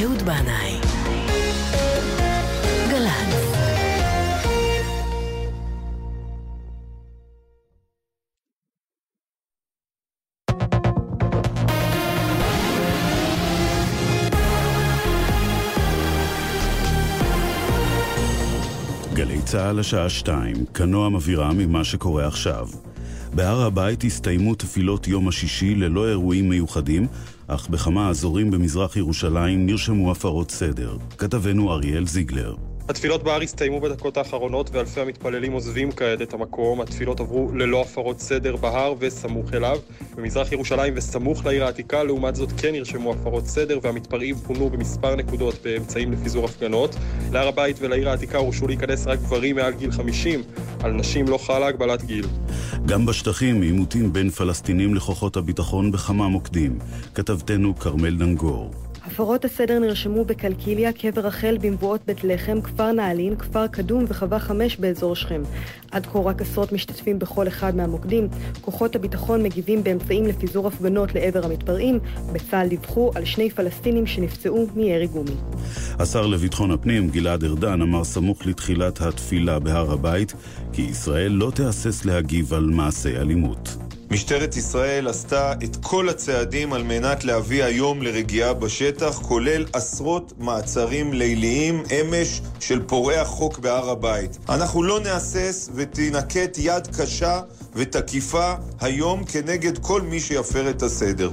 אהוד בנאי. גל"צ. גלי צהל השעה 2, כנוע מבהירה ממה שקורה עכשיו. בהר הבית הסתיימו תפילות יום השישי ללא אירועים מיוחדים, אך בכמה אזורים במזרח ירושלים נרשמו הפרות סדר. כתבנו אריאל זיגלר. התפילות בהר הסתיימו בדקות האחרונות ואלפי המתפללים עוזבים כעת את המקום. התפילות עברו ללא הפרות סדר בהר וסמוך אליו. במזרח ירושלים וסמוך לעיר העתיקה, לעומת זאת כן נרשמו הפרות סדר והמתפרעים פונו במספר נקודות באמצעים לפיזור הפגנות. להר הבית ולעיר העתיקה הורשו להיכנס רק גברים מעל גיל 50, על נשים לא חלה הגבלת גיל. גם בשטחים עימותים בין פלסטינים לכוחות הביטחון בכמה מוקדים. כתבתנו קרמל דנגור. הפרות הסדר נרשמו בקלקיליה, קבר רחל, במבואות בית לחם, כפר נעלין, כפר קדום וחווה 5 באזור שכם. עד כה רק עשרות משתתפים בכל אחד מהמוקדים. כוחות הביטחון מגיבים באמצעים לפיזור הפגנות לעבר המתפרעים. בצה"ל דיווחו על 2 פלסטינים שנפצעו מירי גומי. השר לביטחון הפנים גלעד ארדן אמר סמוך לתחילת התפילה בהר הבית כי ישראל לא תהסס להגיב על מעשי אלימות. משטרת ישראל עשתה את כל הצעדים על מנת להביא היום לרגיעה בשטח, כולל עשרות מעצרים ליליים אמש של פורעי החוק בהר הבית. אנחנו לא נהסס ותנקט יד קשה ותקיפה היום כנגד כל מי שיפר את הסדר.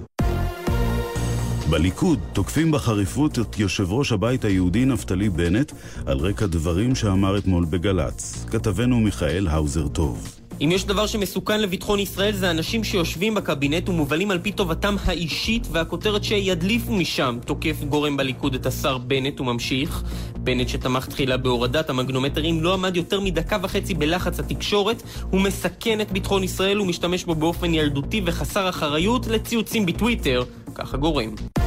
בליכוד תוקפים בחריפות את יושב ראש הבית היהודי נפתלי בנט על רקע דברים שאמר אתמול בגל"צ. כתבנו מיכאל האוזר טוב. אם יש דבר שמסוכן לביטחון ישראל זה אנשים שיושבים בקבינט ומובלים על פי טובתם האישית, והכותרת שידליפו משם. תוקף גורם בליכוד את השר בנט וממשיך. בנט שתמך תחילה בהורדת המגנומטרים לא עמד יותר מדקה וחצי בלחץ התקשורת. הוא מסכן את ביטחון ישראל ומשתמש בו באופן ילדותי וחסר אחריות לציוצים בטוויטר. ככה גורם.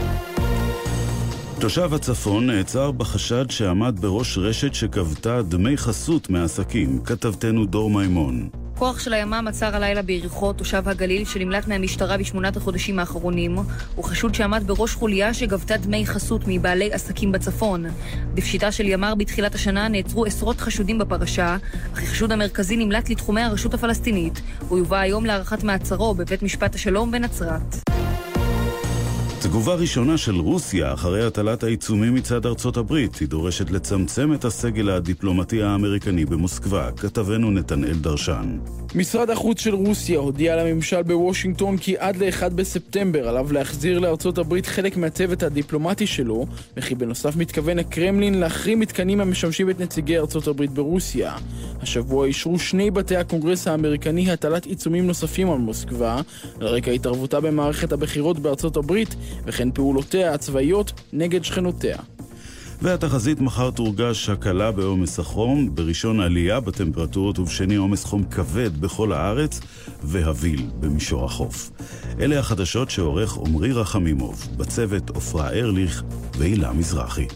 תושב הצפון נעצר בחשד שעמד בראש רשת שקבתה דמי חסות מעסקים. כתבתנו דור מימון. כוח של הימ"מ עצר הלילה ביריחו תושב הגליל שנמלט מהמשטרה ב8 החודשים האחרונים. הוא חשוד שעמד בראש חוליה שגבתה דמי חסות מבעלי עסקים בצפון. בפשיטה של ימ"ר בתחילת השנה נעצרו עשרות חשודים בפרשה, אך החשוד המרכזי נמלט לתחומי הרשות הפלסטינית. הוא יובא היום להארכת מעצרו בבית משפט השלום בנצרת. תגובה ראשונה של רוסיה אחרי הטלת העיצומים מצד ארצות הברית. היא דורשת לצמצם את הסגל הדיפלומטי האמריקני במוסקבה. כתבנו נתנאל דרשן. משרד החוץ של רוסיה הודיע לממשל בוושינגטון כי עד ל1 בספטמבר עליו להחזיר לארצות הברית חלק מהצוות הדיפלומטי שלו, וכי בנוסף מתכוון הקרמלין להחרים מתקנים המשמשים את נציגי ארצות הברית ברוסיה. השבוע אישרו 2 בתי הקונגרס האמריקני הטלת עיצומים נוספים על מוסקבה, על רקע התערבותה במערכת הבחירות בארצות הברית, וכן פעולותיה הצבאיות נגד שכנותיה. והתחזית מחר תורגש הקלה בעומס החום, בראשון עלייה בטמפרטורות ובשני עומס חום כבד בכל הארץ והביל במישור החוף. אלה החדשות שעורך עומרי רחמימוב, בצוות אופרה ארליך ואילה מזרחי.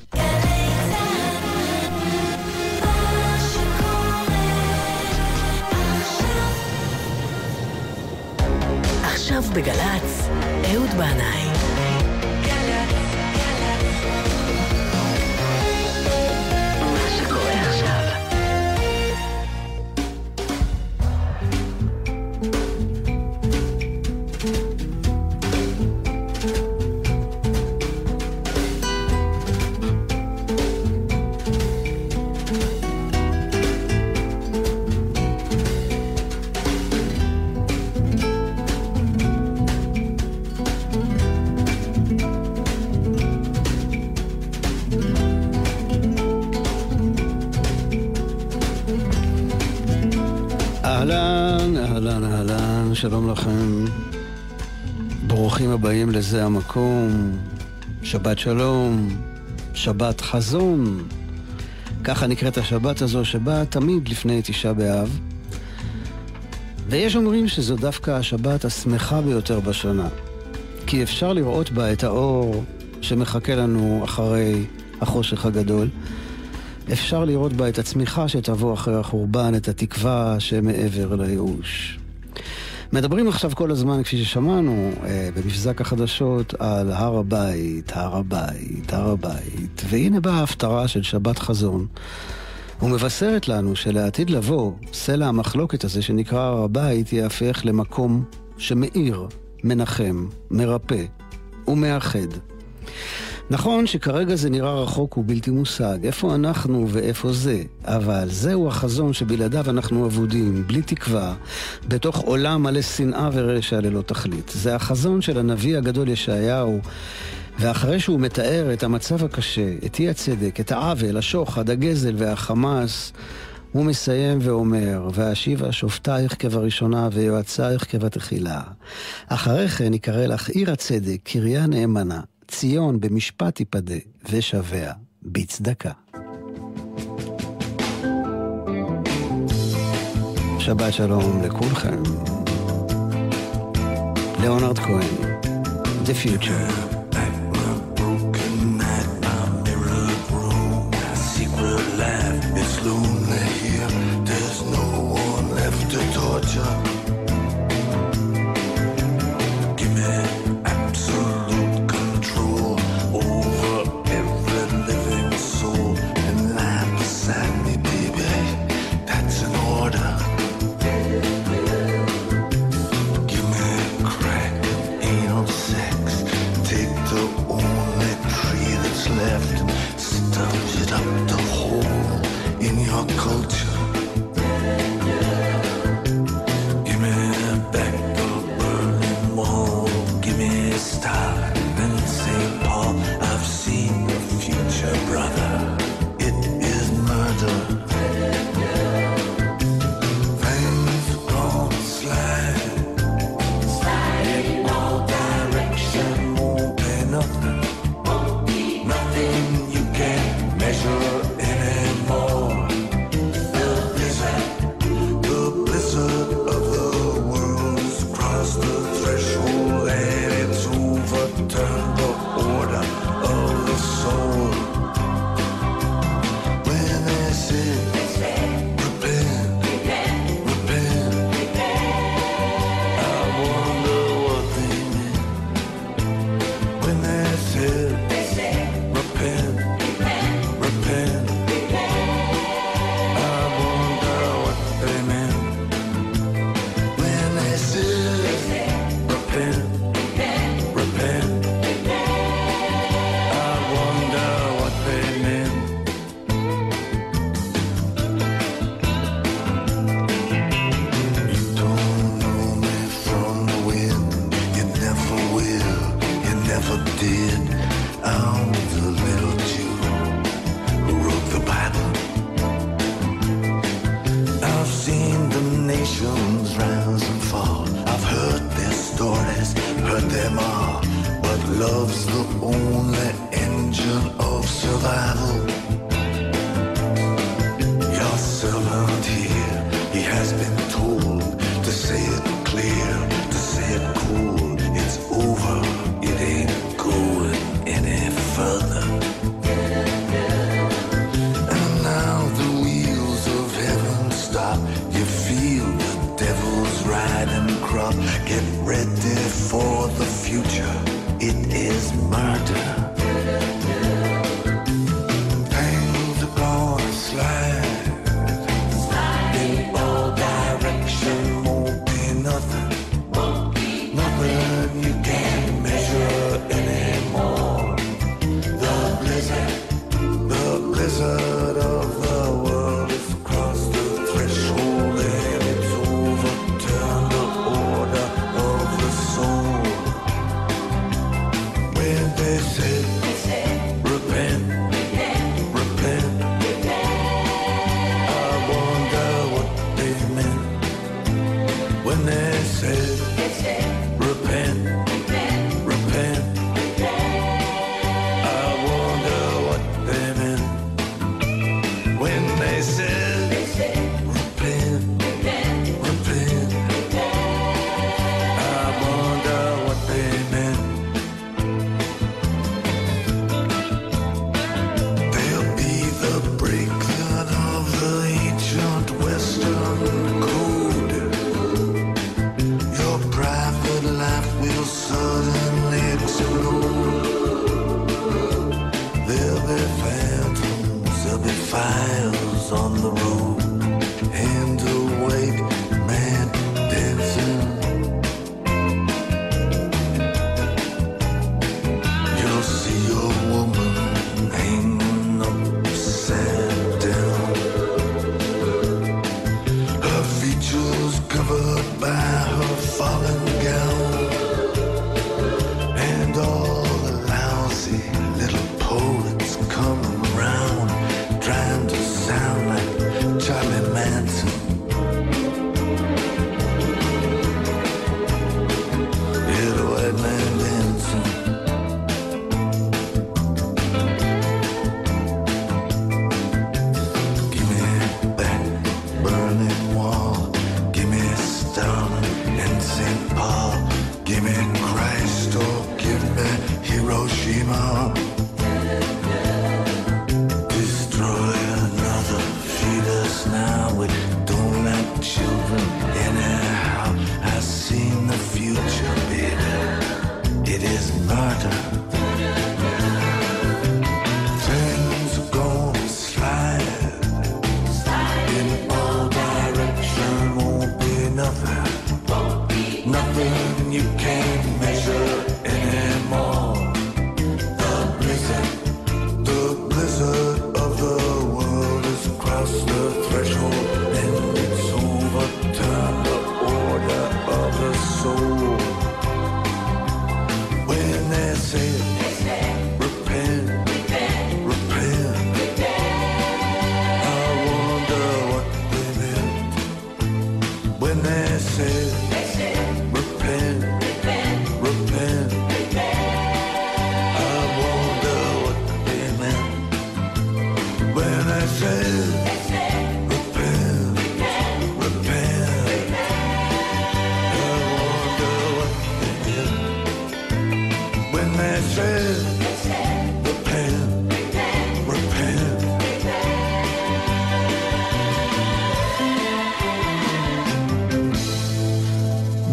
עכשיו בגל"צ, אהוד בנאי. שלום לכם, ברוכים הבאים לזה המקום, שבת שלום, שבת חזון, ככה נקראת השבת הזו שבאה תמיד לפני 9 באב, ויש אומרים שזו דווקא השבת השמחה ביותר בשנה, כי אפשר לראות בה את האור שמחכה לנו אחרי החושך הגדול, אפשר לראות בה את הצמיחה שתבוא אחרי החורבן, את התקווה שמעבר לייאוש. מדברים עכשיו כל הזמן, כפי ששמענו, במבזק החדשות, על הר הבית, הר הבית, הר הבית. והנה באה ההפטרה של שבת חזון, ומבשרת לנו שלעתיד לבוא, סלע המחלוקת הזה שנקרא הר הבית, יהפך למקום שמאיר, מנחם, מרפא ומאחד. נכון שכרגע זה נראה רחוק ובלתי מושג, איפה אנחנו ואיפה זה, אבל זהו החזון שבלעדיו אנחנו אבודים, בלי תקווה, בתוך עולם מלא שנאה ורשע ללא תכלית. זה החזון של הנביא הגדול ישעיהו, ואחרי שהוא מתאר את המצב הקשה, את אי הצדק, את העוול, השוחד, הגזל והחמאס, הוא מסיים ואומר, והשיבה שופטייך כבראשונה ויועצייך כבתחילה. אחרי כן יקרא לך עיר הצדק, קריה נאמנה, ציון במשפט יפדה ושבע בצדקה. שבת שלום לכולכם. ליאונרד כהן, The Future.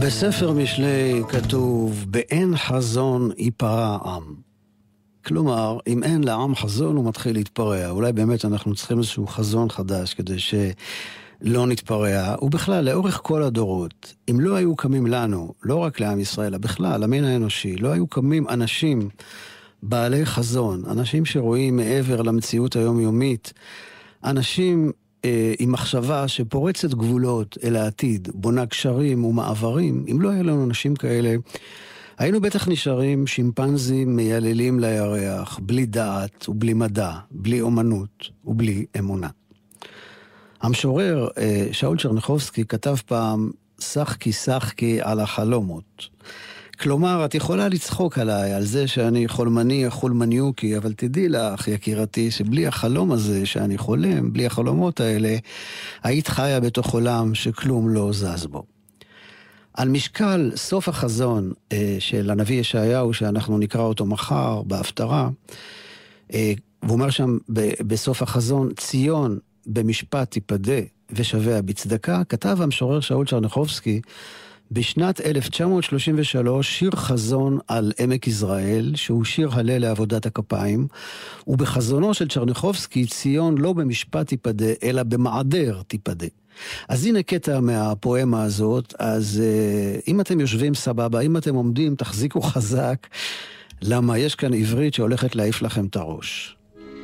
בספר משלי כתוב, באין חזון ייפרע עם. כלומר, אם אין לעם חזון הוא מתחיל להתפרע. אולי באמת אנחנו צריכים איזשהו חזון חדש כדי שלא נתפרע. ובכלל, לאורך כל הדורות, אם לא היו קמים לנו, לא רק לעם ישראל, אלא בכלל, למין האנושי, לא היו קמים אנשים בעלי חזון, אנשים שרואים מעבר למציאות היומיומית, אנשים עם מחשבה שפורצת גבולות אל העתיד, בונה קשרים ומעברים, אם לא היו לנו אנשים כאלה, היינו בטח נשארים שימפנזים מייללים לירח, בלי דעת ובלי מדע, בלי אומנות ובלי אמונה. המשורר שאול צ'רניחובסקי כתב פעם, שחקי על החלומות. כלומר, את יכולה לצחוק עליי, על זה שאני חולמני, חולמניוקי, אבל תדעי לך, יקירתי, שבלי החלום הזה שאני חולם, בלי החלומות האלה, היית חיה בתוך עולם שכלום לא זז בו. על משקל סוף החזון של הנביא ישעיהו, שאנחנו נקרא אותו מחר בהפטרה, והוא אומר שם בסוף החזון, ציון במשפט תיפדה ושביה בצדקה, כתב המשורר שאול צ'רניחובסקי, בשנת 1933 שיר חזון על עמק יזרעאל, שהוא שיר הלל לעבודת הכפיים, ובחזונו של צ'רניחובסקי ציון לא במשפט תיפדה, אלא במעדר תיפדה. אז הנה קטע מהפואמה הזאת, אז אם אתם יושבים סבבה, אם אתם עומדים תחזיקו חזק, למה יש כאן עברית שהולכת להעיף לכם את הראש.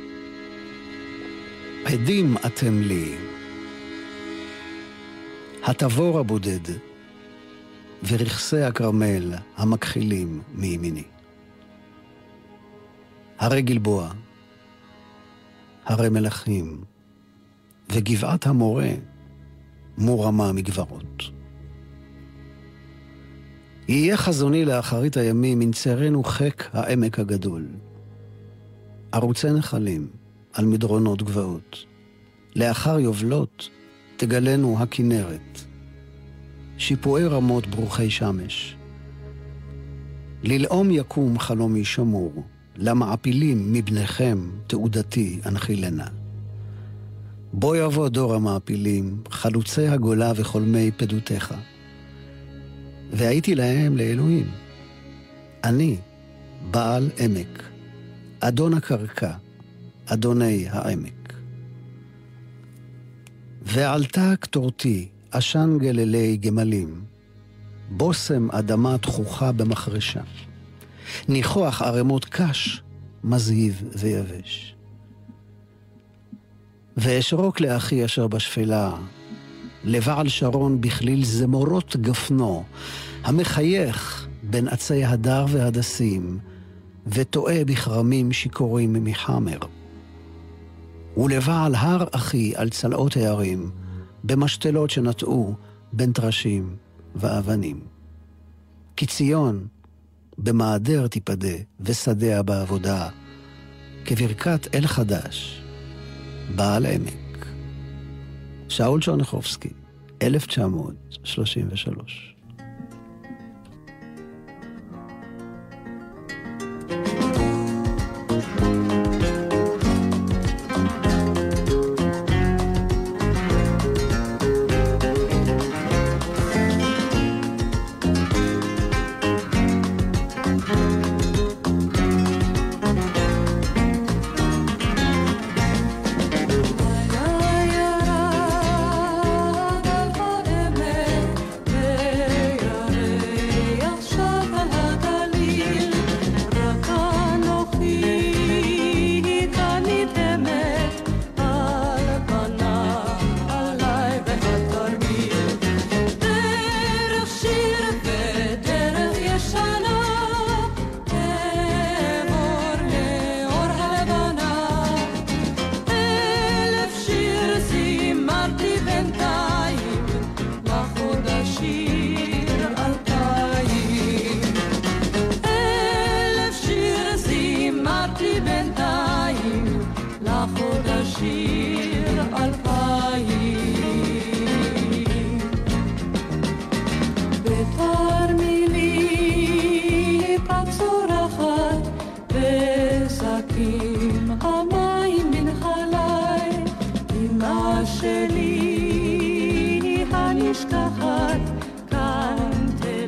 עדים אתם לי, התבור הבודד, ורכסי הכרמל המכחילים מימיני. הרי גלבוע, הרי מלכים, וגבעת המורה מורמה מגברות. יהיה חזוני לאחרית הימים, ינצרנו חק העמק הגדול. ערוצי נחלים על מדרונות גבעות. לאחר יובלות תגלנו הכנרת. שיפועי רמות ברוכי שמש. ללאום יקום חלומי שמור, למעפילים מבניכם תעודתי אנחילנה. בוא יבוא דור המעפילים, חלוצי הגולה וחולמי פדותיך. והייתי להם לאלוהים. אני, בעל עמק, אדון הקרקע, אדוני העמק. ועלתה כתורתי, עשן גללי גמלים, בוסם אדמה תחוכה במחרשה, ניחוח ערמות קש, מזהיב ויבש. ואשרוק לאחי אשר בשפלה, לבעל שרון בכליל זמורות גפנו, המחייך בין עצי הדר והדסים, וטועה בכרמים שיקורים מחמר. ולבעל הר אחי על צלעות הערים, במשתלות שנטעו בין טרשים ואבנים. כי ציון במעדר תיפדה ושדיה בעבודה, כברכת אל חדש, בעל עמק. שאול צ'רניחובסקי, 1933. שלי הנשכחת כאן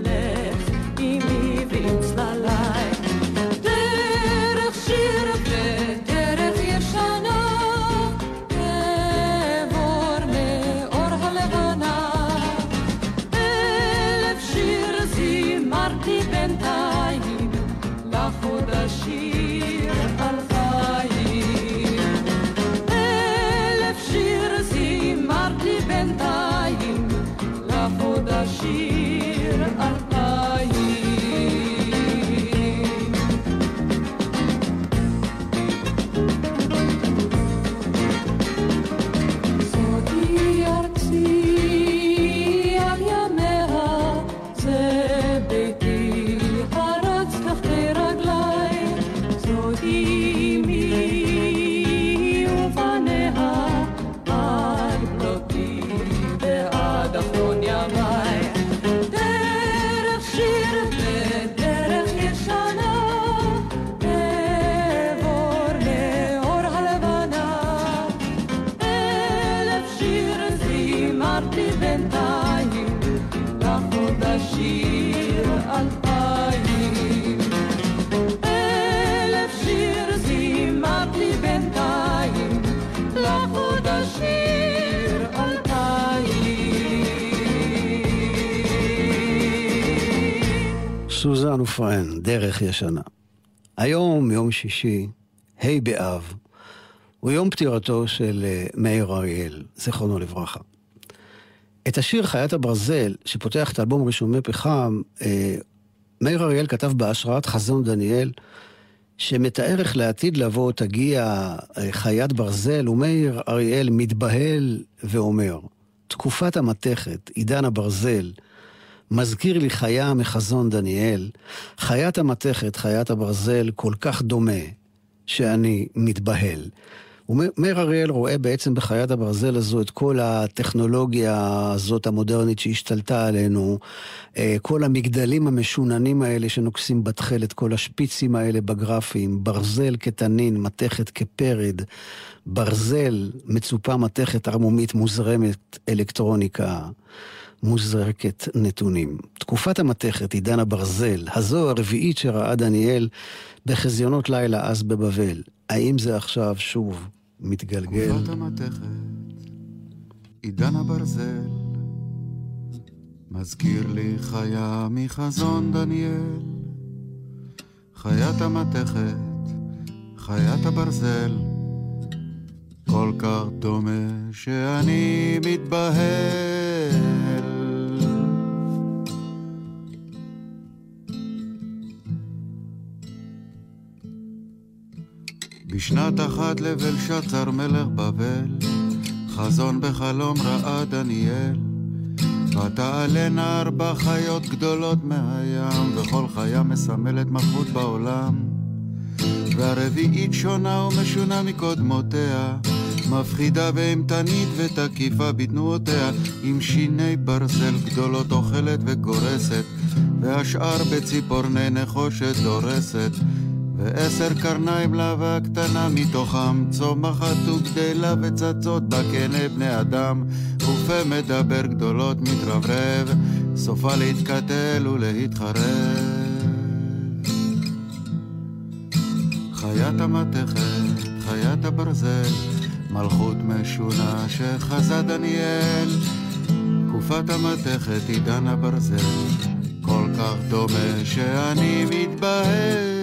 פרן ופרן, דרך ישנה. היום, יום שישי, ה' באב, הוא יום פטירתו של מאיר אריאל, זיכרונו לברכה. את השיר חיית הברזל, שפותח את האלבום רישומי פחם, מאיר אריאל כתב בהשראת חזון דניאל, שמתאר איך לעתיד לבוא תגיע חיית ברזל, ומאיר אריאל מתבהל ואומר, תקופת המתכת, עידן הברזל, מזכיר לי חיה מחזון דניאל, חיית המתכת, חיית הברזל, כל כך דומה שאני מתבהל. ומאיר אריאל רואה בעצם בחיית הברזל הזו את כל הטכנולוגיה הזאת המודרנית שהשתלטה עלינו, כל המגדלים המשוננים האלה שנוקסים בתחלת, כל השפיצים האלה בגרפים, ברזל כתנין, מתכת כפרד, ברזל, מצופה מתכת ערמומית, מוזרמת אלקטרוניקה, מוזרקת נתונים. תקופת המתכת, עידן הברזל, הזו הרביעית שראה דניאל בחזיונות לילה אז בבבל. האם זה עכשיו שוב מתגלגל? תקופת המתכת, עידן הברזל, מזכיר לי חיה מחזון דניאל. חיית המתכת, חיית הברזל, כל כך דומה שאני מתבהל. בשנת אחת לבלשצר מלך בבל, חזון בחלום ראה דניאל. ותעלנה 4 חיות גדולות מהים, וכל חיה מסמלת מלכות בעולם. והרביעית שונה ומשונה מקודמותיה, מפחידה ואימתנית ותקיפה בתנועותיה, עם שיני ברזל גדולות אוכלת וגורסת, והשאר בציפורני נחושת דורסת. ו10 קרניים לבה קטנה מתוכם, צומחת וגדלה וצצות בקנה בני אדם, ופה מדבר גדולות מתרברב, סופה להתקטל ולהתחרב. חיית המתכת, חיית הברזל, מלכות משונה שחזה דניאל. תקופת המתכת, עידן הברזל, כל כך דומה שאני מתבהל.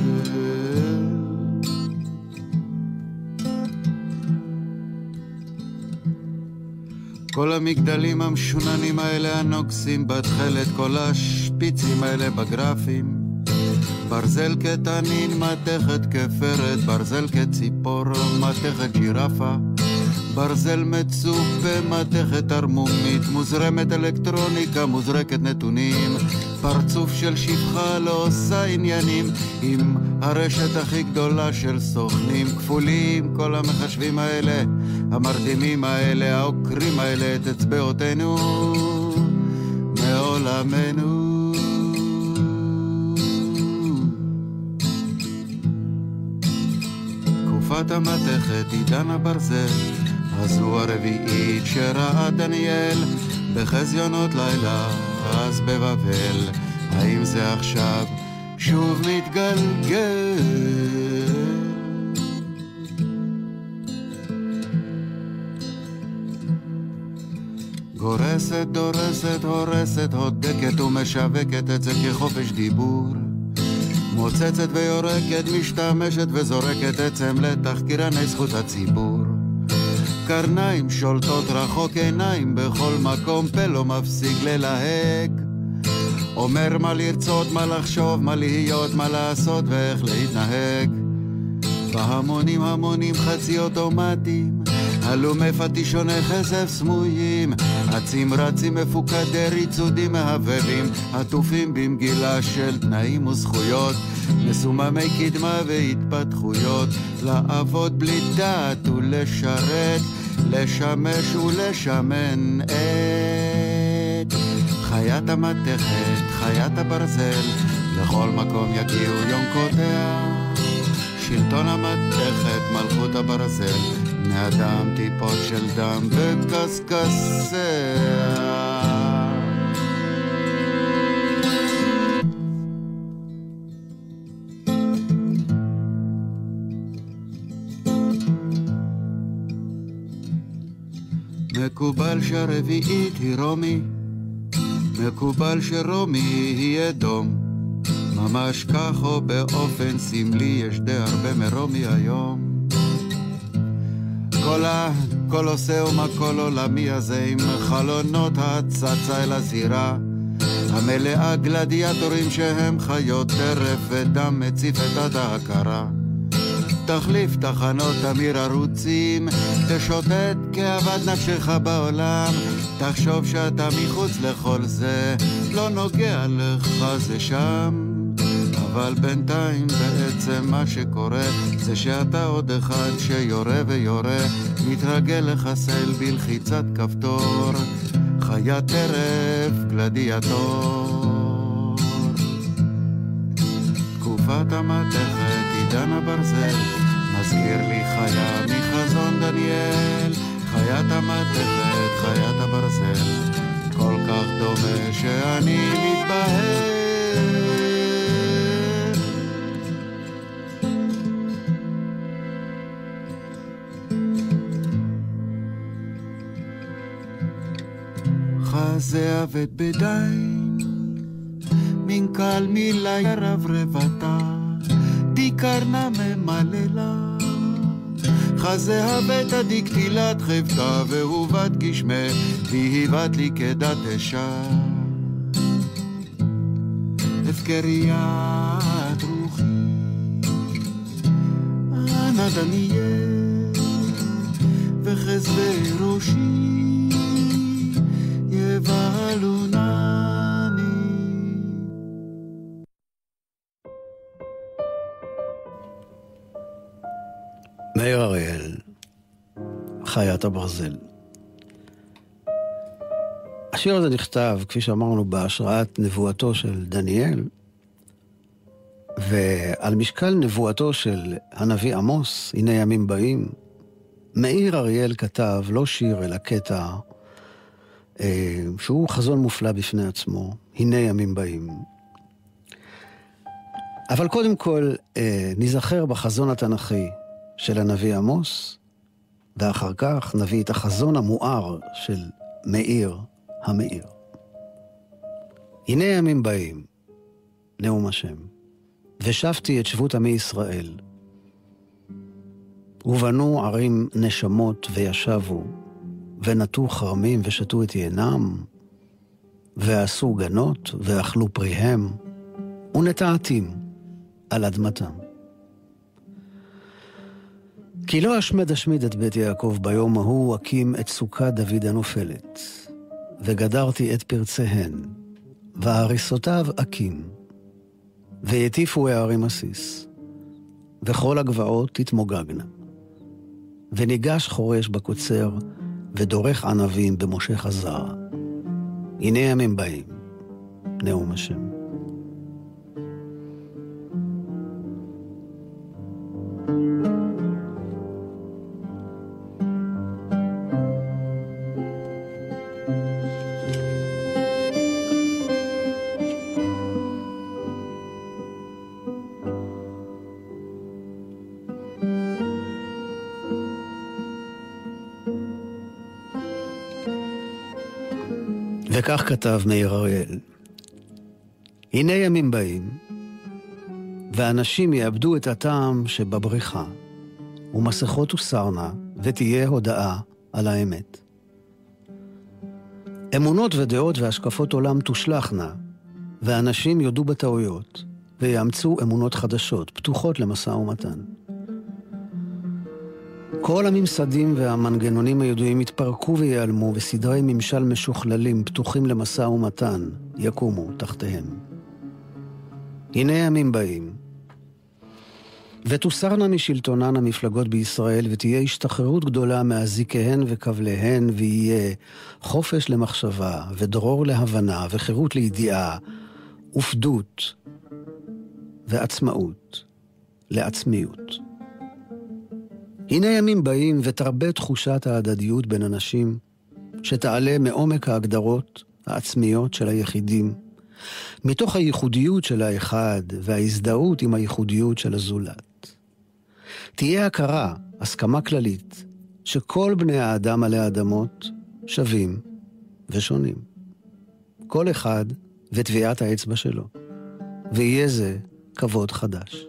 כל המגדלים המשוננים האלה הנוקסים בתחלת, כל השפיצים האלה בגרפים, ברזל כתנין, מתכת כפרד, ברזל כציפור, מתכת ג'ירפה, ברזל מצופה, מתכת ערמומית, מוזרמת אלקטרוניקה, מוזרקת נתונים, פרצוף של שפחה לא עושה עניינים, עם הרשת הכי גדולה של סוכנים כפולים, כל המחשבים האלה, המרדימים האלה, העוקרים האלה, את אצבעותינו מעולמנו. תקופת המתכת, עידן הברזל, הזו הרביעית שראה דניאל בחזיונות לילה אז בבבל. האם זה עכשיו שוב מתגלגל? גורסת, דורסת, הורסת, הודקת ומשווקת את זה כחופש דיבור, מוצצת ויורקת, משתמשת וזורקת עצם לתחקירני זכות הציבור. קרניים שולטות רחוק, עיניים בכל מקום, פה לא מפסיק ללהק, אומר מה לרצות, מה לחשוב, מה להיות, מה לעשות ואיך להתנהג. בהמונים המונים חצי אוטומטיים, הלומי פטישוני חשף סמויים, עצים רצים מפוקדי ריצודים מהבבים, עטופים במגילה של תנאים וזכויות, מסוממי קדמה והתפתחויות, לעבוד בלי דעת ולשרת, לשמש ולשמן את חיית המתכת, חיית הברזל, לכל מקום יגיעו יונקותיה, שלטון המתכת, מלכות הברזל, בני אדם טיפות של דם וקסקסיה. מקובל שהרביעית היא רומי, מקובל שרומי היא אדום, ממש כך או באופן סמלי, יש די הרבה מרומי היום. כל עושה ומה כל עולמי הזה, עם חלונות הצצה אל הזירה המלאה גלדיאטורים שהם חיות טרף ודם מציף את ההכרה. תחליף תחנות תמיר ערוצים, תשוטט כאוות נפשך בעולם, תחשוב שאתה מחוץ לכל זה, לא נוגע לך זה שם. אבל בינתיים בעצם מה שקורה זה שאתה עוד אחד שיורה ויורה, מתרגל לחסל בלחיצת כפתור, חיה טרף גלדיאטור. תקופת המתכת עידן הברזל מזכיר לי חיה מחזון דניאל, חיית המתכת, חיית הברזל, כל כך דומה שאני מתבהל. חזה עבד בדין, מן קל מילה ירב רבתה, תיקרנה ממללה. חזה עבד עדיק תילת חבטה, והובת גשמה, והיבת לי כדת אשה. הפקריית רוחי, אנא דניאל, וחזבי ראשי, יבלונני. מאיר אריאל, חיית הברזל. השיר הזה נכתב, כפי שאמרנו, בהשראת נבואתו של דניאל, ועל משקל נבואתו של הנביא עמוס, הנה ימים באים, מאיר אריאל כתב לא שיר אלא קטע, שהוא חזון מופלא בפני עצמו, הנה ימים באים. אבל קודם כל נזכר בחזון התנ"כי של הנביא עמוס, ואחר כך נביא את החזון המואר של מאיר המאיר. הנה ימים באים, נאום השם, ושבתי את שבות עמי ישראל, ובנו ערים נשמות וישבו, ונטו חרמים ושתו את ינם, ועשו גנות ואכלו פריהם, ונטעתים על אדמתם. כי לא אשמיד את בית יעקב ביום ההוא, אקים את סוכת דוד הנופלת, וגדרתי את פרציהן, והריסותיו אקים, ויטיפו הערים עסיס, וכל הגבעות תתמוגגנה, וניגש חורש בקוצר, ודורך ענבים במושך הזרע. הנה ימים באים, נאום השם. וכך כתב מאיר אריאל, הנה ימים באים, ואנשים יאבדו את הטעם שבבריחה, ומסכות תוסרנה, ותהיה הודעה על האמת. אמונות ודעות והשקפות עולם תושלחנה, ואנשים יודו בטעויות, ויאמצו אמונות חדשות, פתוחות למשא ומתן. כל הממסדים והמנגנונים הידועים יתפרקו ויעלמו, וסדרי ממשל משוכללים, פתוחים למשא ומתן, יקומו תחתיהם. הנה ימים באים, ותוסרנה משלטונן המפלגות בישראל, ותהיה השתחררות גדולה מהזיקיהן וכבליהן, ויהיה חופש למחשבה, ודרור להבנה, וחירות לידיעה, ופדות, ועצמאות, לעצמיות. הנה ימים באים, ותרבה תחושת ההדדיות בין אנשים, שתעלה מעומק ההגדרות העצמיות של היחידים, מתוך הייחודיות של האחד וההזדהות עם הייחודיות של הזולת. תהיה הכרה, הסכמה כללית, שכל בני האדם עלי האדמות שווים ושונים. כל אחד וטביעת האצבע שלו. ויהיה זה כבוד חדש.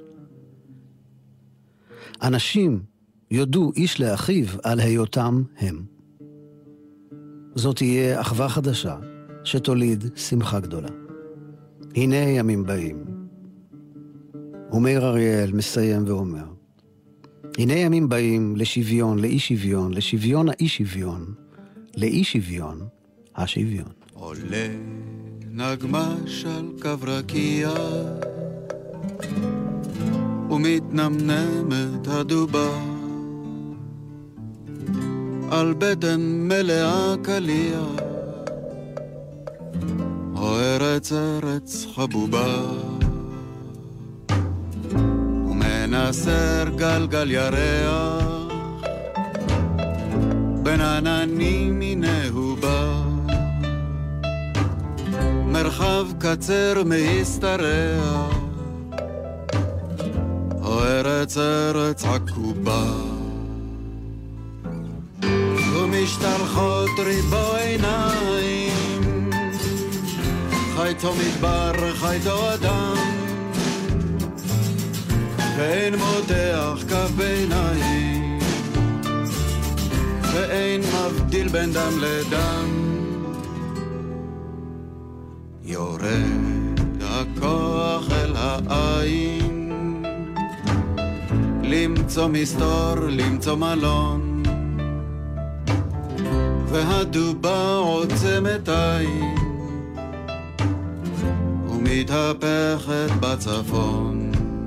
אנשים יודו איש לאחיו על היותם הם. זאת תהיה אחווה חדשה שתוליד שמחה גדולה. הנה ימים באים. ומאיר אריאל מסיים ואומר, הנה ימים באים לשוויון, לאי שוויון, לשוויון האי שוויון, לאי שוויון השוויון. עולה נגמש על קו רקיע ומתנמנמת הדובה על בטן מלאה קליע או ארץ ארץ חבובה ומנסר גלגל ירח בין עננים מינהו בא מרחב קצר מהסתרח או ארץ ארץ עקובה ומשתלחות ריבו עיניים חייתו מדבר חייתו אדם ואין מותח כף ביניים ואין מבדיל בין דם לדם יורד הכוח אל העין למצוא מסתור, למצוא מלון והדובה עוצמת עין ומתהפכת בצפון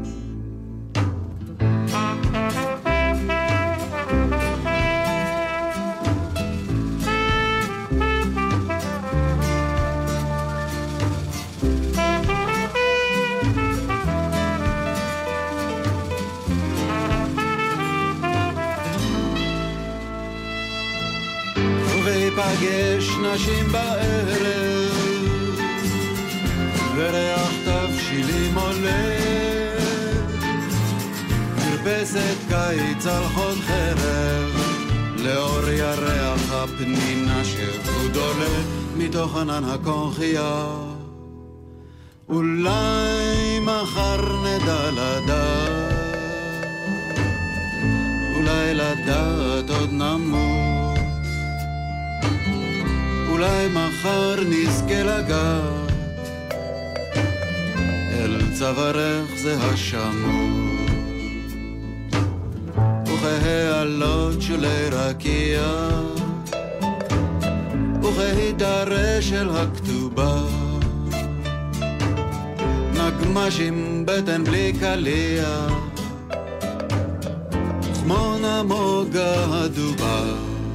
פגש נשים בערב וריח תבשילים עולה מרפסת קיץ על חוד חרב לאור ירח הפנינה שחוד עולה מתוך ענן הקונחייה אולי מחר נדע לדעת אולי לדעת עוד נמות אולי מחר נזכה לגעת אל צווארך זה השמות וכהעלות שולי רקיע וכהידרה של הכתובה נגמש עם בטן בלי קליע כמו נמוגה הדובה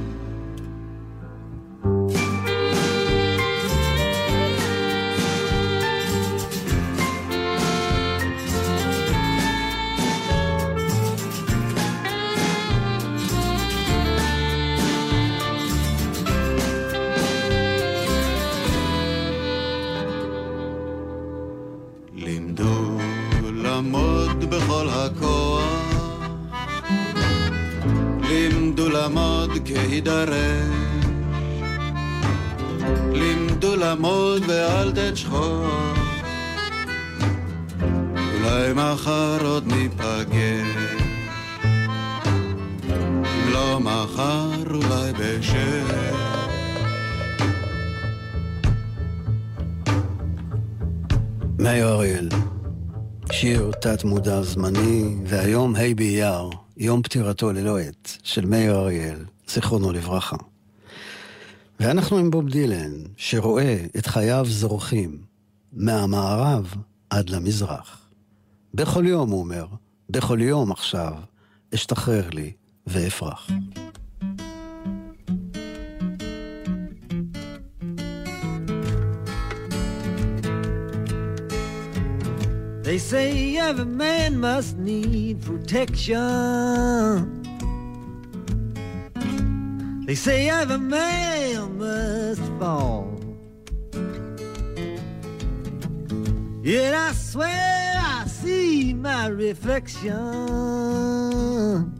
כהידרש לימדו למוד ואל תשכוח אולי מחר עוד ניפגש אם לא מחר אולי בשש מאיר אריאל שיר תת מודע זמני והיום ה' באייר יום פטירתו ללא עת של מאיר אריאל זיכרונו לברכה. ואנחנו עם בוב דילן, שרואה את חייו זורחים מהמערב עד למזרח. בכל יום, הוא אומר, בכל יום עכשיו, אשתחרר לי ואפרח. They say every man must need protection. They say every man must fall. Yet I swear I see my reflection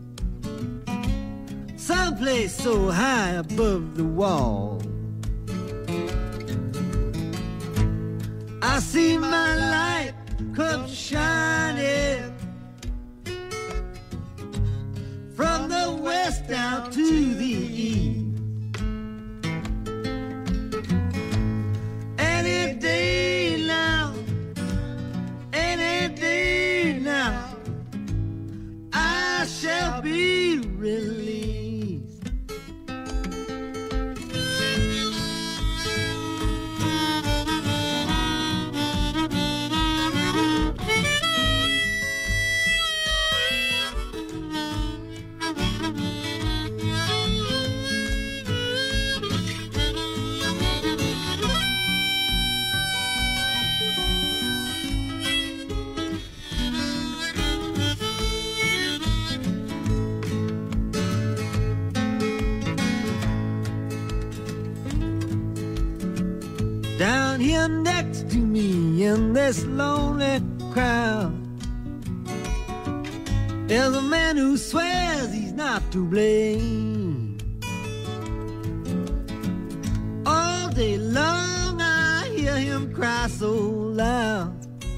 someplace so high above the wall. I see my light comes shining from the west down to the east. Any day now, I shall be released. Down here next to me in this lonely crowd, there's a man who swears he's not to blame. All day long I hear him cry so loud,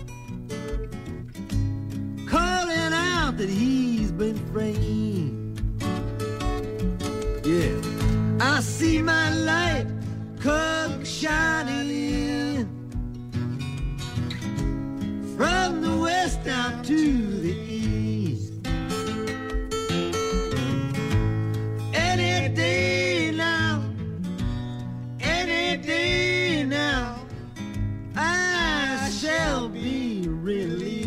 calling out that he's been framed. Yeah, I see my light come shining from the west down to the east. Any day now, I shall be released.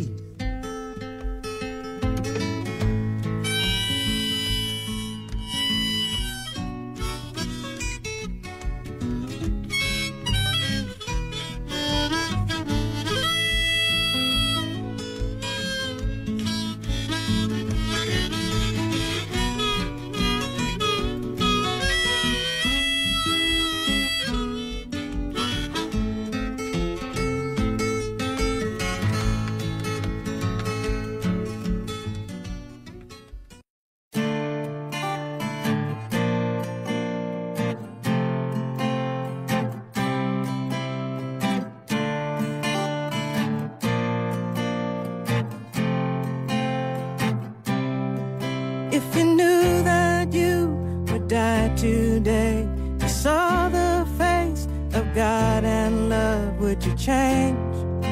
If you knew that you would die today, you saw the face of God and love, would you change?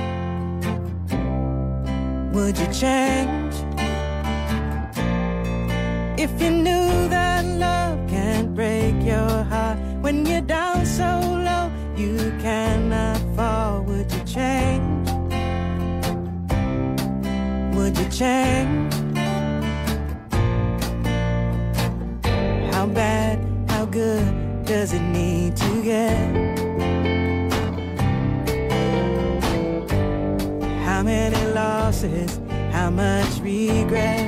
Would you change? If you knew that love can't break your heart, when you're down so low you cannot fall, would you change? Would you change? How bad, how good does it need to get? How many losses, how much regret?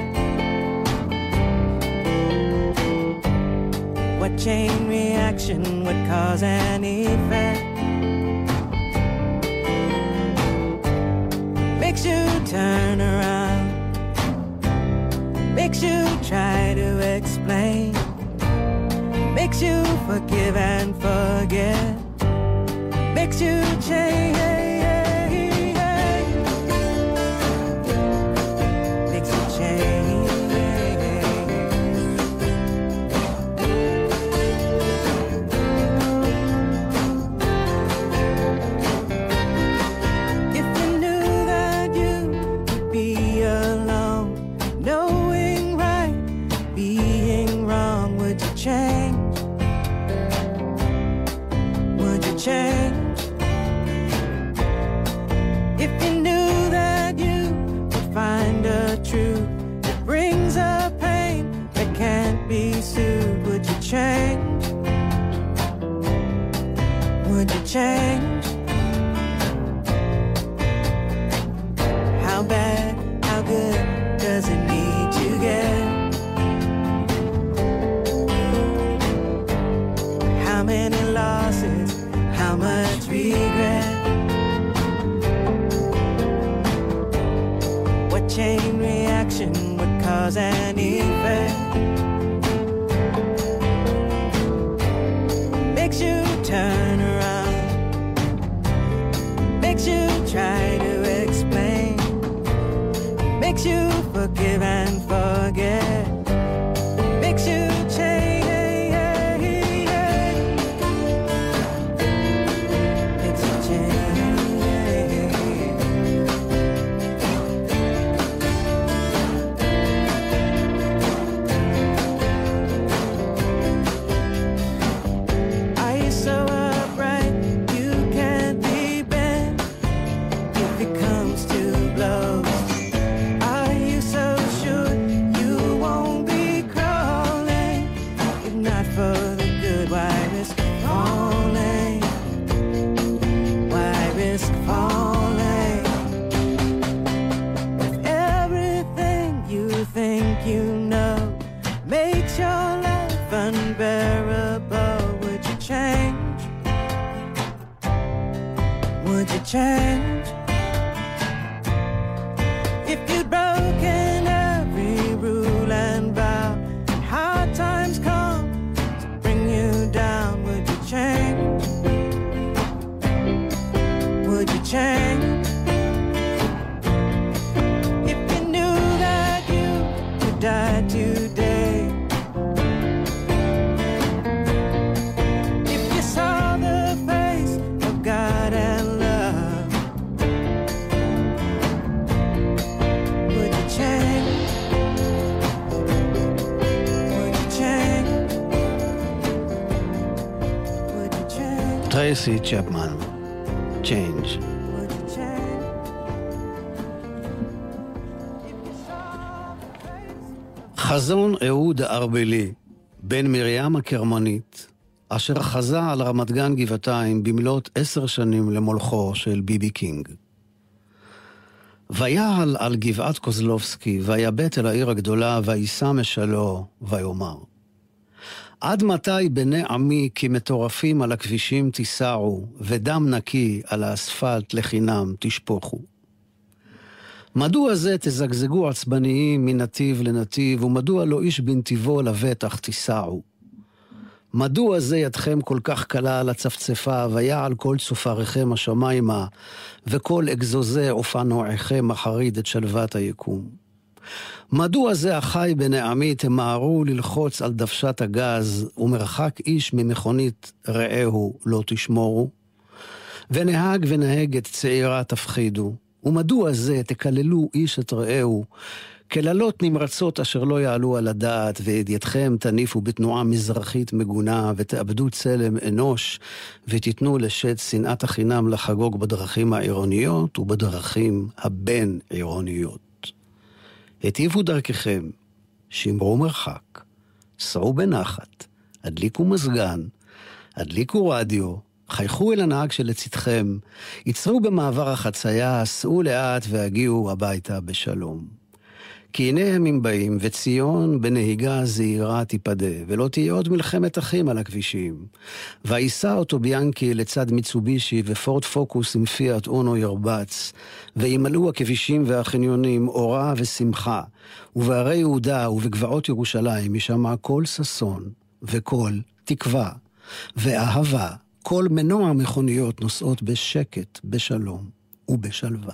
What chain reaction would cause an effect? Makes you turn around, makes you try to explain, makes you forgive and forget, makes you change, makes you change. If you knew that you would be alone, knowing right, being wrong, would you change? Change. If you knew that you would find a truth that brings a pain that can't be soothed, would you change? Would you change? How bad, how good does it need to get? How many losses, how much regret? What chain reaction would cause an effect? Makes you turn around, makes your life unbearable, would you change? Would you change? If you'd broken every rule and vow, and hard times come to bring you down, would you change? Would you change? If you knew that you would die today, if you saw the face of God and love, would you change? Would you change? Would you change? Tracy Chapman, Change. Would you change? If you saw the face. חזון אהוד ארבלי, בן מרים הקרמנית, אשר חזה על רמת גן גבעתיים במלאת 10 שנים למולכו של ביבי קינג. ויעל על גבעת קוזלובסקי, ויבט אל העיר הגדולה, וישא משלו, ויאמר, עד מתי בני עמי כי מטורפים על הכבישים תיסעו, ודם נקי על האספלט לחינם תשפוכו? מדוע זה תזגזגו עצבניים מנתיב לנתיב, ומדוע לא איש בנתיבו לבטח תיסעו? מדוע זה ידכם כל כך קלה על הצפצפה, ויעל כל צופריכם השמיימה, וכל אגזוזי אופנועיכם החריד את שלוות היקום? מדוע זה החי בני עמי תמהרו ללחוץ על דוושת הגז, ומרחק איש ממכונית רעהו לא תשמורו? ונהג ונהגת צעירה תפחידו, ומדוע זה תקללו איש את רעהו, כללות נמרצות אשר לא יעלו על הדעת, ואת ידכם תניפו בתנועה מזרחית מגונה, ותאבדו צלם אנוש, ותיתנו לשד שנאת החינם לחגוג בדרכים העירוניות ובדרכים הבין עירוניות. היטיבו דרככם, שמרו מרחק, סעו בנחת, הדליקו מזגן, הדליקו רדיו, חייכו אל הנהג שלצדכם, יצרו במעבר החצייה, סעו לאט והגיעו הביתה בשלום. כי הנה הם באים, וציון בנהיגה זהירה תיפדה, ולא תהיה עוד מלחמת אחים על הכבישים. ויסע אותו ביאנקי לצד מיצובישי, ופורט פוקוס עם פיאט אונו ירבץ, וימלאו הכבישים והחניונים אורה ושמחה, ובערי יהודה ובגבעות ירושלים ישמע כל ששון, וכל תקווה, ואהבה, כל מנוע מכוניות נוסעות בשקט, בשלום ובשלווה.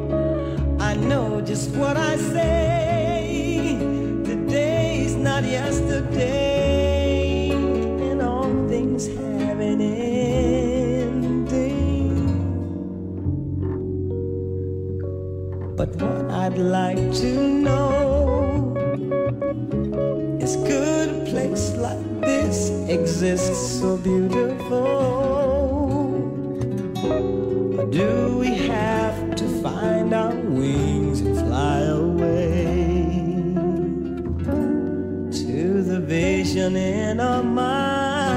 What I say, the day's not yesterday. yesterday, and all things have an ending. But what I'd like to know is, could a place like this exist so beautiful? Or do we have to find our wings and fly away to the vision in our mind?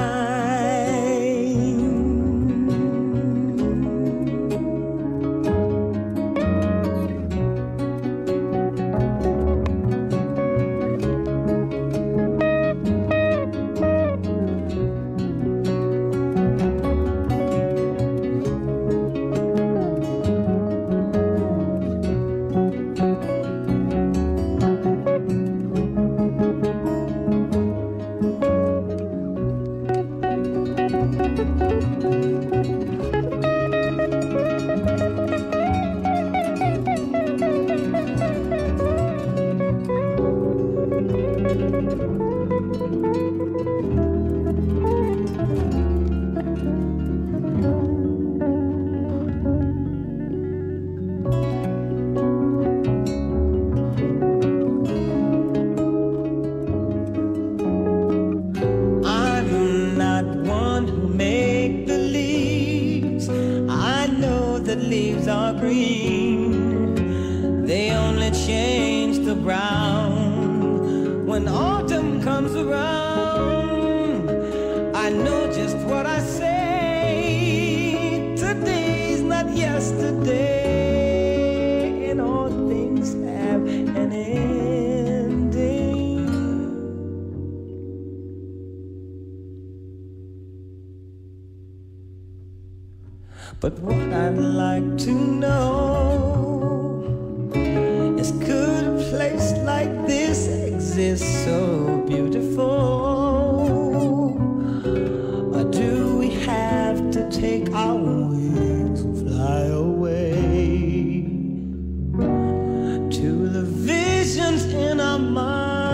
But what I'd like to know is, could a place like this exist so beautiful? Or do we have to take our wings and fly away to the visions in our mind?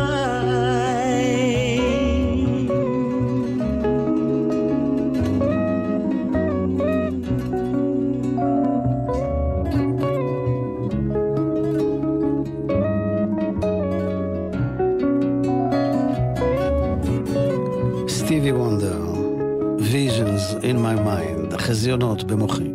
סטיבי וונדר, Visions in my mind, החזיונות במוחי.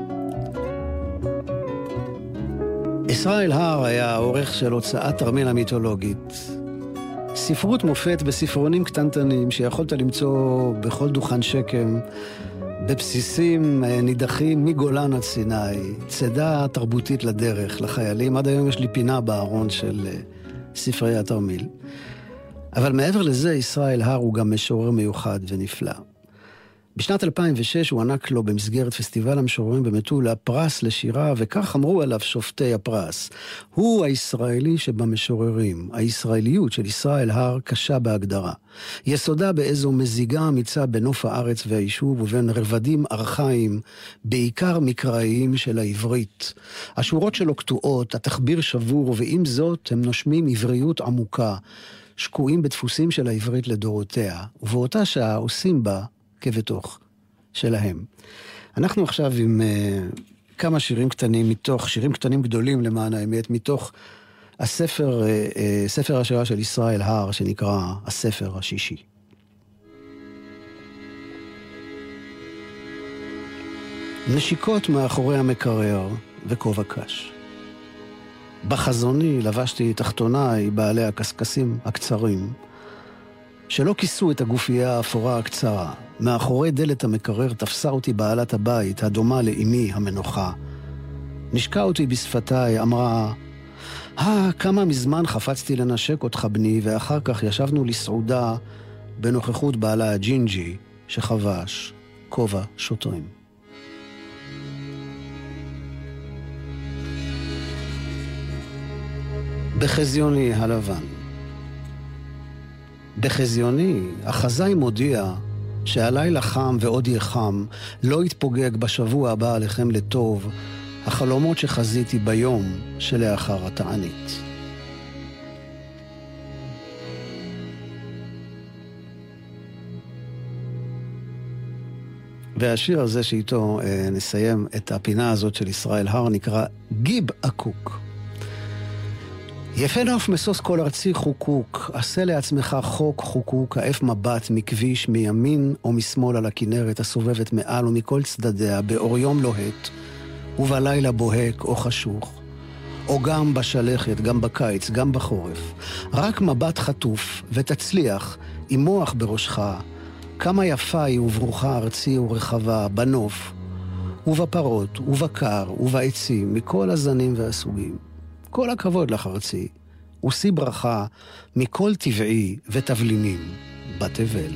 ישראל הר היה העורך של הוצאת תרמיל המיתולוגית. ספרות מופת בספרונים קטנטנים שיכולת למצוא בכל דוכן שקם, בבסיסים נידחים מגולן עד סיני, צדה תרבותית לדרך לחיילים. עד היום יש לי פינה בארון של ספרי התרמיל. אבל מעבר לזה, ישראל הר הוא גם משורר מיוחד ונפלא. בשנת 2006 הוא ענק לו במסגרת פסטיבל המשוררים במטולה פרס לשירה, וכך אמרו עליו שופטי הפרס: הוא הישראלי שבמשוררים. הישראליות של ישראל הר קשה בהגדרה. יסודה באיזו מזיגה אמיצה בנוף הארץ והיישוב ובין רבדים ארכאיים, בעיקר מקראיים של העברית. השורות שלו קטועות, התחביר שבור, ועם זאת הם נושמים עבריות עמוקה, שקועים בדפוסים של העברית לדורותיה, ובאותה שעה עושים בה כבתוך שלהם. אנחנו עכשיו עם כמה שירים קטנים שירים קטנים גדולים למען האמת, מתוך ספר השירה של ישראל הר, שנקרא הספר השישי. נשיקות מאחורי המקרר וכובע קש. בחזוני לבשתי תחתוניי בעלי הקסקסים הקצרים, שלא כיסו את הגופייה האפורה הקצרה. מאחורי דלת המקרר תפסה אותי בעלת הבית, הדומה לאמי המנוחה. נשקה אותי בשפתיי, אמרה, כמה מזמן חפצתי לנשק אותך בני, ואחר כך ישבנו לסעודה בנוכחות בעלה הג'ינג'י שחבש כובע שוטרים. בחזיוני הלבן. בחזיוני, החזאי מודיע שהלילה חם ועוד יהיה חם, לא יתפוגג בשבוע הבא עליכם לטוב, החלומות שחזיתי ביום שלאחר התענית. והשיר הזה שאיתו נסיים את הפינה הזאת של ישראל הר נקרא גיב עקוק. יפה נוף מסוס כל ארצי חוקוק, עשה לעצמך חוק חוקוק, העף מבט מכביש מימין או משמאל על הכנרת הסובבת מעל ומכל צדדיה, באור יום לוהט, ובלילה בוהק או חשוך, או גם בשלכת, גם בקיץ, גם בחורף. רק מבט חטוף ותצליח עם מוח בראשך, כמה יפה היא וברוכה ארצי ורחבה, בנוף, ובפרות, ובקר, ובעצים, מכל הזנים והסוגים. כל הכבוד לך ארצי, ושיא ברכה מכל טבעי ותבלינים בתבל.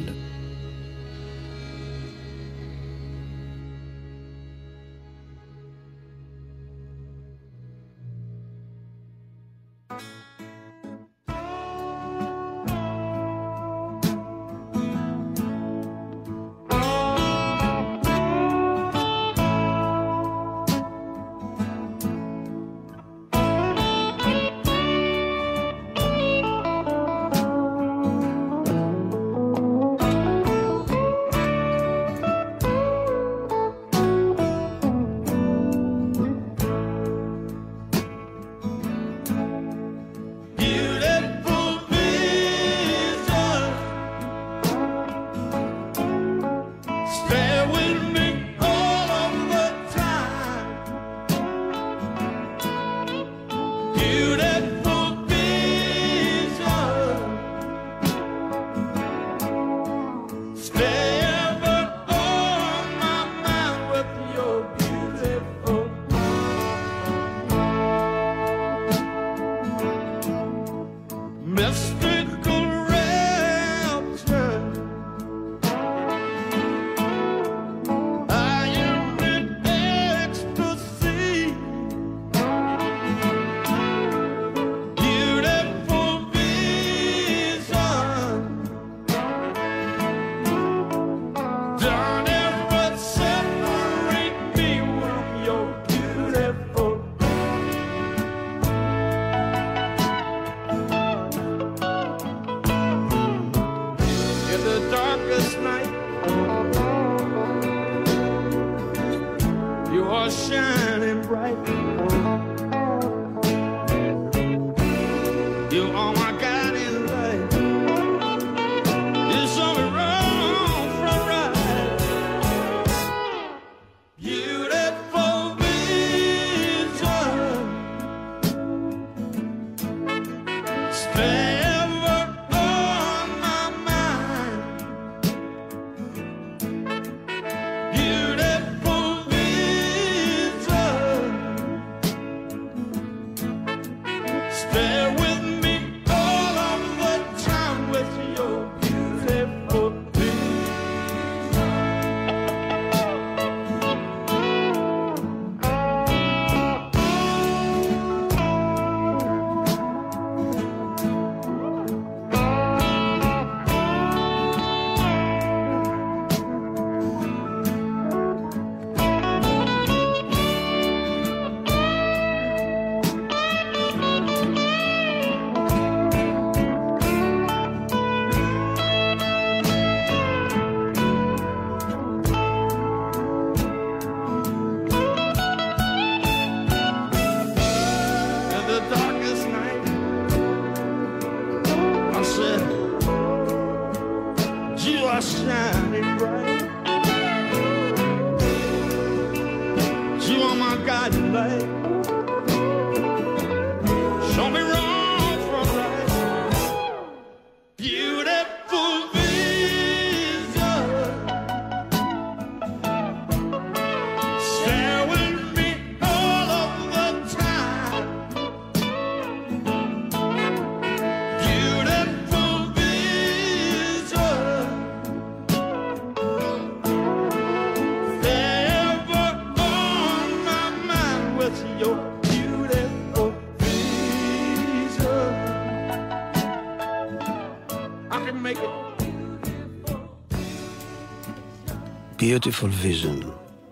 Beautiful Vision,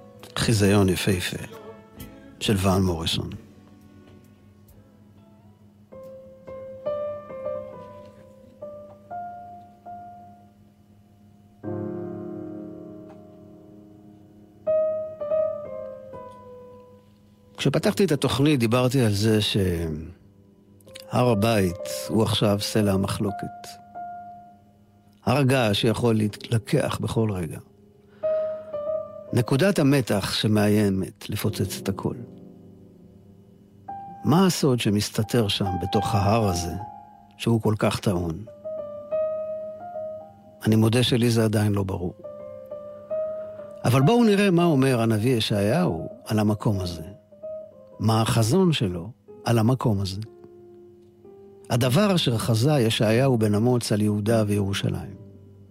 חיזיון יפהפה של ואן מוריסון. כשפתחתי את התוכנית דיברתי על זה שהר הבית הוא עכשיו סלע המחלוקת. הר געש שיכול להתלקח בכל רגע. נקודת המתח שמאיימת לפוצץ את הכל. מה הסוד שמסתתר שם בתוך ההר הזה, שהוא כל כך טעון? אני מודה שלי זה עדיין לא ברור. אבל בואו נראה מה אומר הנביא ישעיהו על המקום הזה. מה החזון שלו על המקום הזה. הדבר אשר חזה ישעיהו בן אמוץ על יהודה וירושלים.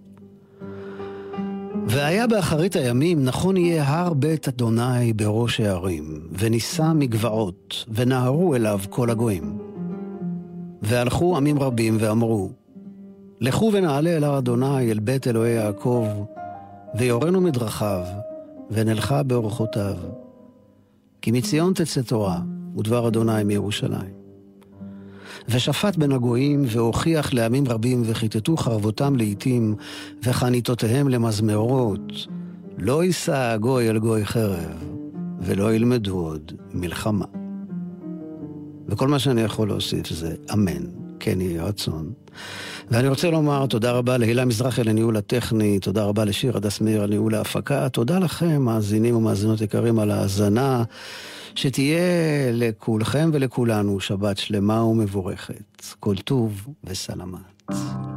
והיה באחרית הימים נכון יהיה הר בית אדוני בראש הערים, ונישא מגבעות, ונהרו אליו כל הגויים. והלכו עמים רבים ואמרו, לכו ונעלה אל הר אדוני, אל בית אלוהי יעקב, ויורנו מדרכיו, ונלכה באורחותיו. כי מציון תצא תורה, ודבר אדוני מירושלים. ושפט בין הגויים, והוכיח לעמים רבים, וכיתתו חרבותם לעתים, וחניתותיהם למזמרות. לא יישא גוי אל גוי חרב, ולא ילמדו עוד מלחמה. וכל מה שאני יכול להוסיף זה אמן, כן יהיה רצון. ואני רוצה לומר תודה רבה להילה מזרחי לניהול הטכני, תודה רבה לשיר הדס מאיר על ניהול ההפקה, תודה לכם מאזינים ומאזינות יקרים על ההאזנה, שתהיה לכולכם ולכולנו שבת שלמה ומבורכת. כל טוב וסלמת.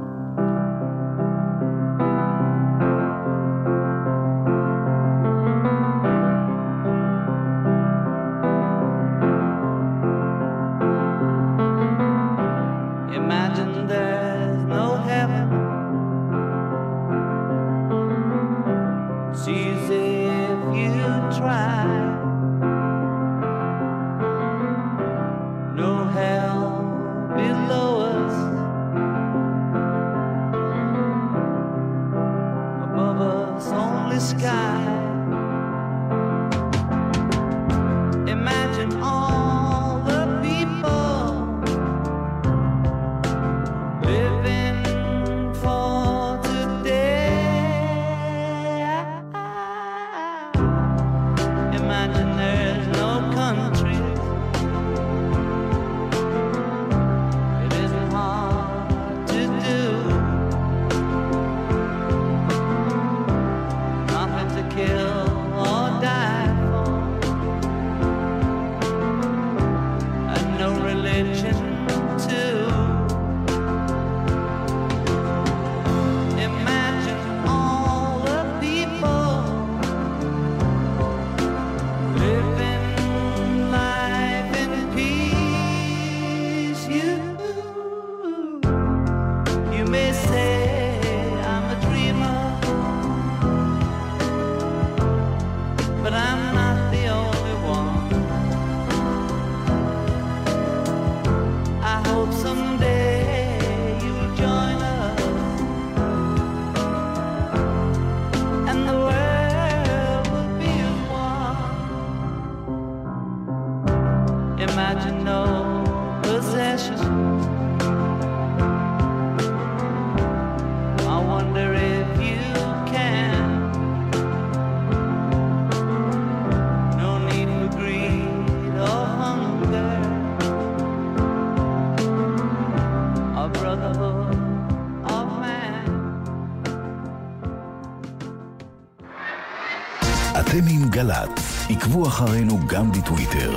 אתם עם גל"צ, עקבו אחרינו גם בטוויטר.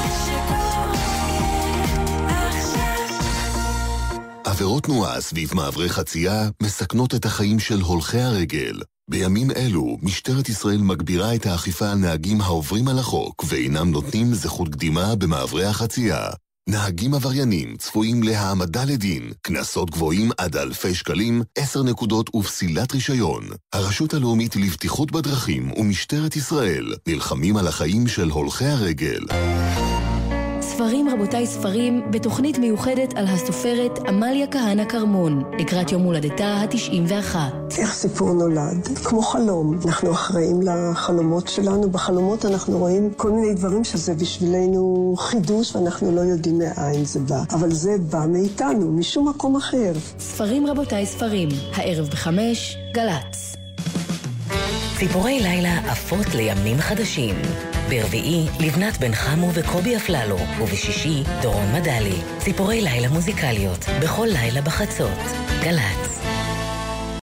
עבירות תנועה סביב מעברי חצייה מסכנות את החיים של הולכי הרגל. בימים אלו, משטרת ישראל מגבירה את האכיפה על נהגים העוברים על החוק ואינם נותנים זכות קדימה במעברי החצייה. נהגים עבריינים צפויים להעמדה לדין, קנסות גבוהים עד אלפי שקלים, 10 נקודות ופסילת רישיון. הרשות הלאומית לבטיחות בדרכים ומשטרת ישראל נלחמים על החיים של הולכי הרגל. ספרים רבותיי ספרים, בתוכנית מיוחדת על הסופרת עמליה כהנא כרמון, לקראת יום הולדתה ה-91. איך סיפור נולד? כמו חלום. אנחנו אחראים לחלומות שלנו. בחלומות אנחנו רואים כל מיני דברים שזה בשבילנו חידוש, ואנחנו לא יודעים מאין זה בא. אבל זה בא מאיתנו, משום מקום אחר. ספרים רבותיי ספרים, הערב ב-5, גל"צ. ציפורי לילה עפות לימים חדשים. ברביעי, לבנת בן חמו וקובי אפללו, ובשישי, דורון מדלי. ציפורי לילה מוזיקליות, בכל לילה בחצות. גל"צ.